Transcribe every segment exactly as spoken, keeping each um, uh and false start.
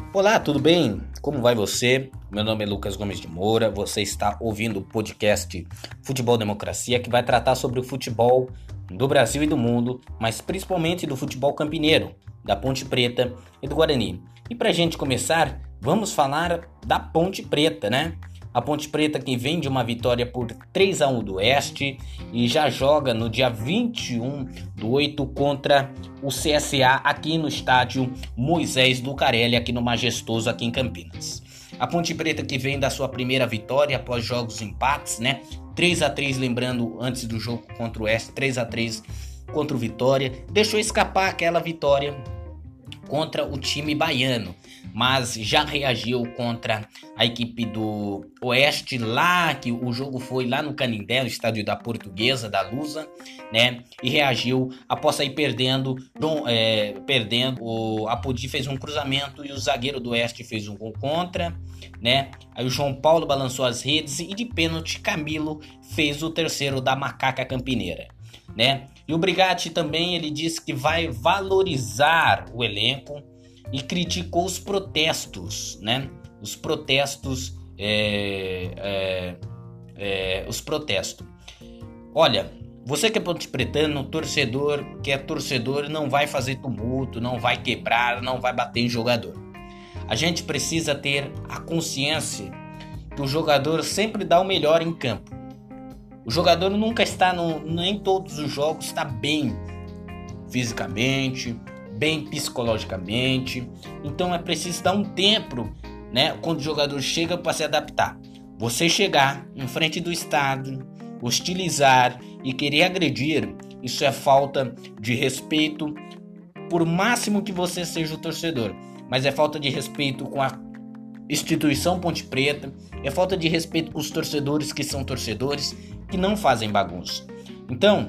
Olá, tudo bem? Como vai você? Meu nome é Lucas Gomes de Moura, você está ouvindo o podcast Futebol Democracia, que vai tratar sobre o futebol do Brasil e do mundo, mas principalmente do futebol campineiro, da Ponte Preta e do Guarani. E para a gente começar, vamos falar da Ponte Preta, né? A Ponte Preta que vem de uma vitória por três a um do Oeste e já joga no dia vinte e um do oito contra o C S A aqui no estádio Moisés Lucarelli, aqui no Majestoso, aqui em Campinas. A Ponte Preta que vem da sua primeira vitória após jogos empates, né? três a três, lembrando, antes do jogo contra o Oeste, três a três contra o Vitória. Deixou escapar aquela vitória contra o time baiano, mas já reagiu contra a equipe do Oeste lá, que o jogo foi lá no Canindé, no estádio da Portuguesa, da Lusa, né, e reagiu após sair perdendo, é, perdendo, o Apodi fez um cruzamento e o zagueiro do Oeste fez um gol contra, né, aí o João Paulo balançou as redes e de pênalti Camilo fez o terceiro da Macaca Campineira, né. E o Brigatti também, ele disse que vai valorizar o elenco e criticou os protestos, né? Os protestos, é, é, é, os protestos. Olha, você que é ponte pretano, torcedor, que é torcedor, não vai fazer tumulto, não vai quebrar, não vai bater em jogador. A gente precisa ter a consciência que o jogador sempre dá o melhor em campo. O jogador nunca está, no, nem todos os jogos, está bem fisicamente, bem psicologicamente. Então é preciso dar um tempo, né, quando o jogador chega para se adaptar. Você chegar em frente do estádio, hostilizar e querer agredir, isso é falta de respeito, por máximo que você seja o torcedor. Mas é falta de respeito com a instituição Ponte Preta, é falta de respeito com os torcedores que são torcedores, que não fazem bagunça. Então,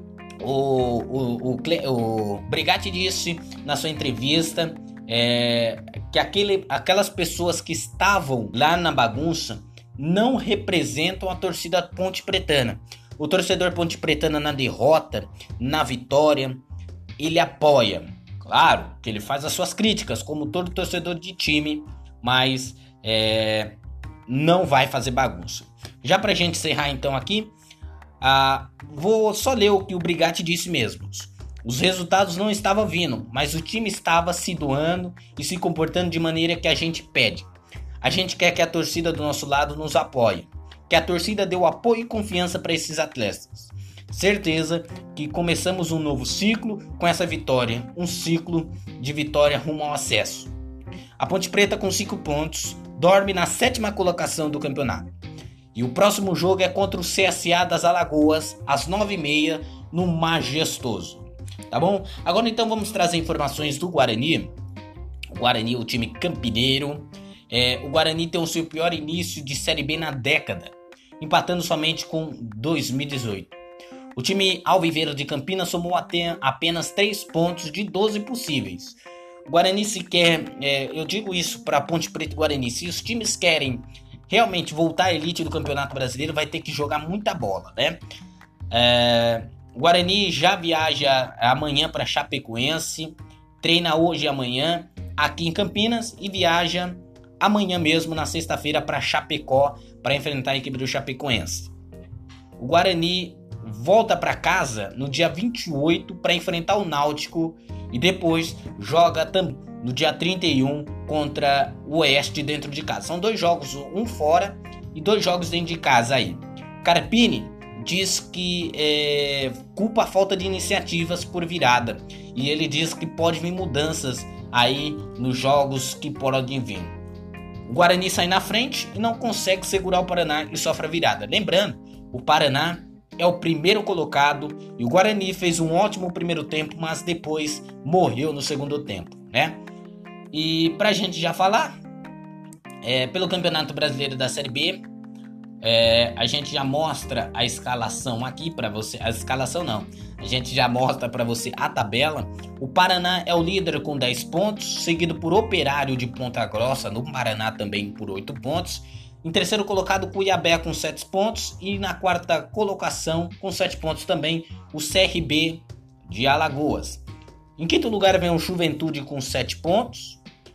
o, o, o, o Brigatti disse na sua entrevista é, que aquele, aquelas pessoas que estavam lá na bagunça não representam a torcida ponte pretana. O torcedor ponte pretana na derrota, na vitória, ele apoia. Claro que ele faz as suas críticas, como todo torcedor de time, mas é, não vai fazer bagunça. Já pra gente encerrar então aqui, ah, vou só ler o que o Brigatti disse mesmo. Os resultados não estavam vindo, mas o time estava se doando e se comportando de maneira que a gente pede. A gente quer que a torcida do nosso lado nos apoie, que a torcida dê o apoio e confiança para esses atletas. Certeza que começamos um novo ciclo com essa vitória, um ciclo de vitória rumo ao acesso. A Ponte Preta com cinco pontos dorme na sétima colocação do campeonato. E o próximo jogo é contra o C S A das Alagoas, às nove e meia, no Majestoso. Tá bom? Agora então vamos trazer informações do Guarani. O Guarani, o time campineiro. É, o Guarani tem o seu pior início de Série B na década, empatando somente com dois mil e dezoito. O time alviverde de Campinas somou até apenas três pontos de doze possíveis. O Guarani se quer, é, eu digo isso para Ponte Preta e Guarani, se os times querem realmente voltar à elite do Campeonato Brasileiro, vai ter que jogar muita bola, né? É, o Guarani já viaja amanhã para Chapecoense, treina hoje e amanhã aqui em Campinas e viaja amanhã mesmo, na sexta-feira, para Chapecó, para enfrentar a equipe do Chapecoense. O Guarani volta para casa no dia vinte e oito para enfrentar o Náutico e depois joga também no dia trinta e um contra o Oeste dentro de casa. São dois jogos, um fora e dois jogos dentro de casa aí. Carpini diz que é, culpa a falta de iniciativas por virada. E ele diz que pode vir mudanças aí nos jogos que podem vir. O Guarani sai na frente e não consegue segurar o Paraná e sofre a virada. Lembrando, o Paraná é o primeiro colocado e o Guarani fez um ótimo primeiro tempo, mas depois morreu no segundo tempo, né? E pra gente já falar, é, pelo Campeonato Brasileiro da Série B, é, a gente já mostra a escalação aqui pra você. A escalação não, a gente já mostra pra você a tabela. O Paraná é o líder com dez pontos, seguido por Operário de Ponta Grossa, no Paraná também por oito pontos. Em terceiro colocado, Cuiabá com sete pontos. E na quarta colocação, com sete pontos também, o C R B de Alagoas. Em quinto lugar vem o Juventude com sete pontos.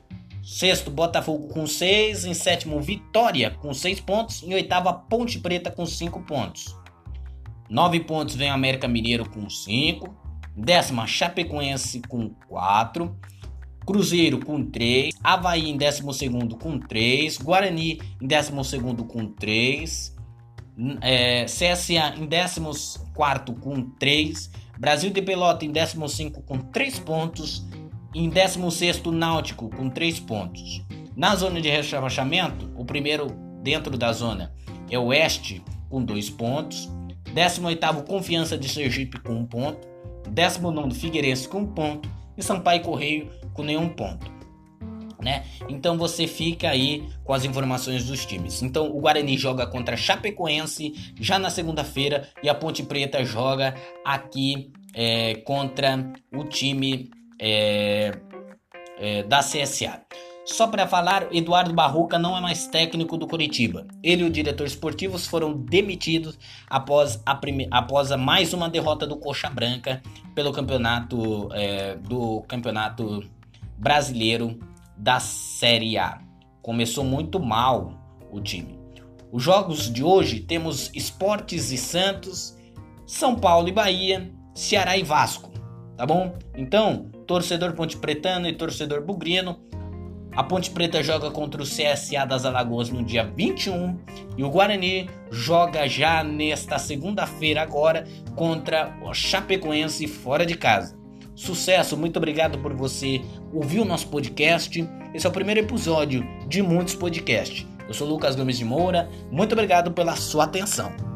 Sexto, Botafogo com seis. Em sétimo, Vitória com seis pontos. Em oitavo, Ponte Preta com cinco pontos. Nove pontos vem o América Mineiro com cinco. Décima, Chapecoense com quatro. Cruzeiro com três. Avaí em décimo segundo com três. Guarani em décimo segundo com três. É, C S A em décimo quarto com três. Brasil de Pelota em décimo quinto com três pontos. Em décimo sexto, Náutico com três pontos. Na zona de rebaixamento, o primeiro dentro da zona é o Oeste com dois pontos. décimo oitavo, Confiança de Sergipe com um ponto. décimo nono, Figueirense com um ponto. E Sampaio Correio com nenhum ponto. Né? Então você fica aí com as informações dos times. Então o Guarani joga contra a Chapecoense já na segunda-feira. E a Ponte Preta joga aqui é, contra o time... É, é, da C S A. Só para falar, Eduardo Barroca não é mais técnico do Coritiba. Ele e o diretor esportivo foram demitidos após a, prime- após a mais uma derrota do Coxa Branca pelo campeonato é, do campeonato brasileiro da Série A. Começou muito mal o time. Os jogos de hoje temos Sports e Santos, São Paulo e Bahia, Ceará e Vasco. Tá bom? Então, torcedor ponte pretano e torcedor bugrino, a Ponte Preta joga contra o C S A das Alagoas no dia vinte e um e o Guarani joga já nesta segunda-feira agora contra o Chapecoense fora de casa. Sucesso, muito obrigado por você ouvir o nosso podcast. Esse é o primeiro episódio de muitos podcasts. Eu sou Lucas Gomes de Moura, muito obrigado pela sua atenção.